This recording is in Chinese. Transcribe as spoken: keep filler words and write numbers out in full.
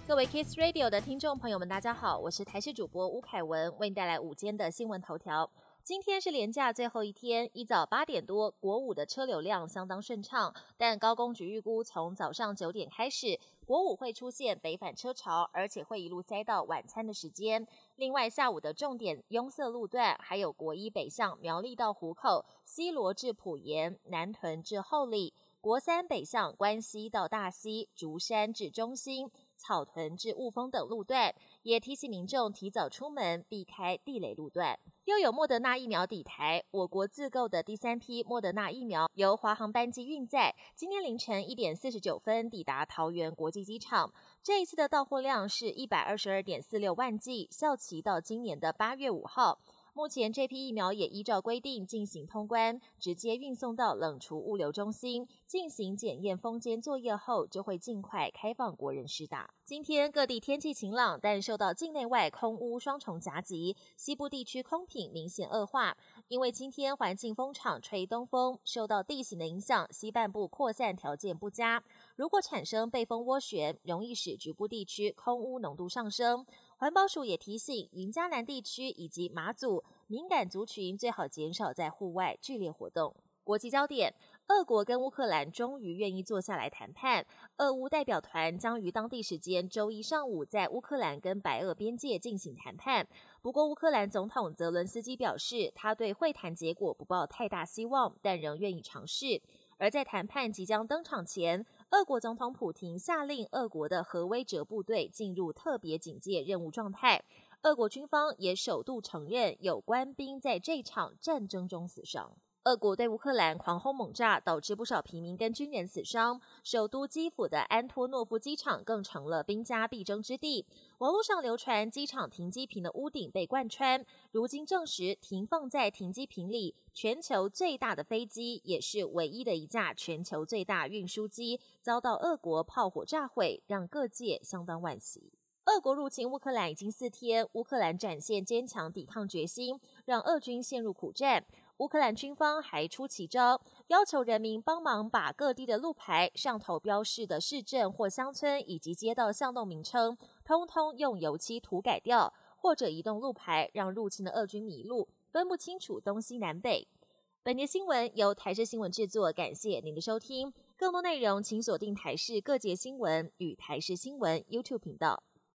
各位 Kiss Radio 的听众朋友们，大家好，我是台视主播吴凯文，为您带来午间的新闻头条。今天是连假最后一天，一早八点多，国五的车流量相当顺畅，但高工局预估从早上九点开始，国五会出现北返车潮，而且会一路塞到晚餐的时间。另外，下午的重点拥塞路段，还有国一北向苗栗到湖口、西螺至埔盐、南屯至后里。国三北向关西到大溪、竹山至中心、草屯至雾峰等路段，也提醒民众提早出门，避开地雷路段。又有莫德纳疫苗抵台，我国自购的第三批莫德纳疫苗由华航班机运载，今天凌晨一点四十九分抵达桃园国际机场。这一次的到货量是一百二十二点四六万剂，效期到今年的八月五号。目前这批疫苗也依照规定进行通关，直接运送到冷储物流中心进行检验封监作业后，就会尽快开放国人施打。今天各地天气晴朗，但受到境内外空污双重夹击，西部地区空品明显恶化。因为今天环境风场吹东风，受到地形的影响，西半部扩散条件不佳，如果产生背风涡旋，容易使局部地区空污浓度上升。环保署也提醒云嘉南地区以及马祖敏感族群最好减少在户外剧烈活动。国际焦点，俄国跟乌克兰终于愿意坐下来谈判，俄乌代表团将于当地时间周一上午在乌克兰跟白俄边界进行谈判。不过乌克兰总统泽伦斯基表示，他对会谈结果不抱太大希望，但仍愿意尝试。而在谈判即将登场前，俄国总统普廷下令俄国的核威慑部队进入特别警戒任务状态。俄国军方也首度承认有官兵在这场战争中死伤。俄国对乌克兰狂轰猛炸，导致不少平民跟军人死伤。首都基辅的安托诺夫机场更成了兵家必争之地。网络上流传机场停机坪的屋顶被贯穿，如今证实停放在停机坪里全球最大的飞机，也是唯一的一架全球最大运输机，遭到俄国炮火炸毁，让各界相当惋惜。俄国入侵乌克兰已经四天，乌克兰展现坚强抵抗决心，让俄军陷入苦战。乌克兰军方还出奇招，要求人民帮忙把各地的路牌上头标示的市镇或乡村以及街道巷弄名称，通通用油漆涂改掉，或者移动路牌，让入侵的俄军迷路，分不清楚东西南北。本节新闻由台视新闻制作，感谢您的收听。更多内容请锁定台视各节新闻与台视新闻 YouTube 频道。